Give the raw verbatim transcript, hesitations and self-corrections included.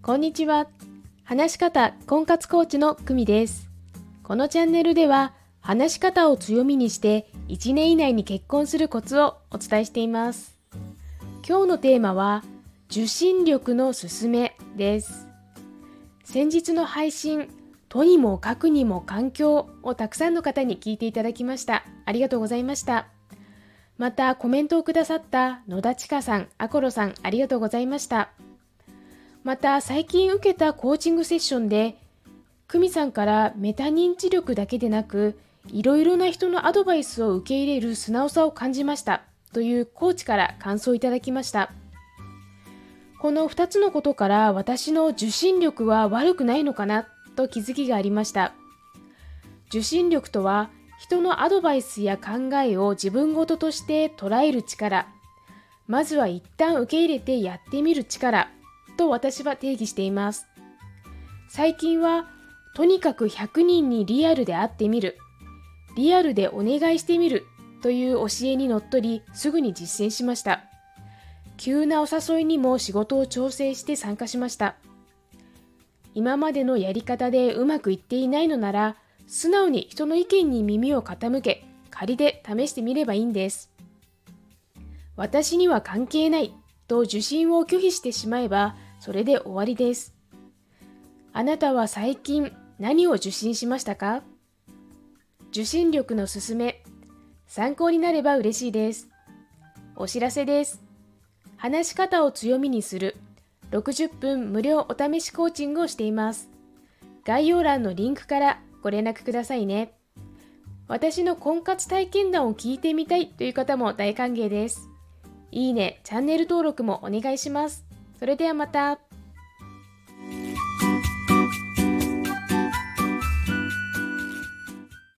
こんにちは。話し方婚活コーチの久美です。このチャンネルでは話し方を強みにしていちねん以内に結婚するコツをお伝えしています。今日のテーマは受信力のすすめです。先日の配信、とにもかくにも環境をたくさんの方に聞いていただきました。ありがとうございました。またコメントをくださった野田千佳さん、アコロさん、ありがとうございました。また最近受けたコーチングセッションで、久美さんからメタ認知力だけでなく、いろいろな人のアドバイスを受け入れる素直さを感じましたというコーチから感想をいただきました。このふたつのことから私の受信力は悪くないのかなと気づきがありました。受信力とは人のアドバイスや考えを自分ごととして捉える力、まずは一旦受け入れてやってみる力と私は定義しています。最近はとにかくひゃくにんにリアルで会ってみる、リアルでお願いしてみるという教えにのっとりすぐに実践しました。急なお誘いにも仕事を調整して参加しました。今までのやり方でうまくいっていないのなら、素直に人の意見に耳を傾け、仮で試してみればいいんです。私には関係ないと受信を拒否してしまえば、それで終わりです。あなたは最近何を受信しましたか？受信力のすすめ、参考になれば嬉しいです。お知らせです。話し方を強みにするろくじゅっぷん無料お試しコーチングをしています。概要欄のリンクからご連絡くださいね。私の婚活体験談を聞いてみたいという方も大歓迎です。いいね、チャンネル登録もお願いします。それではまた。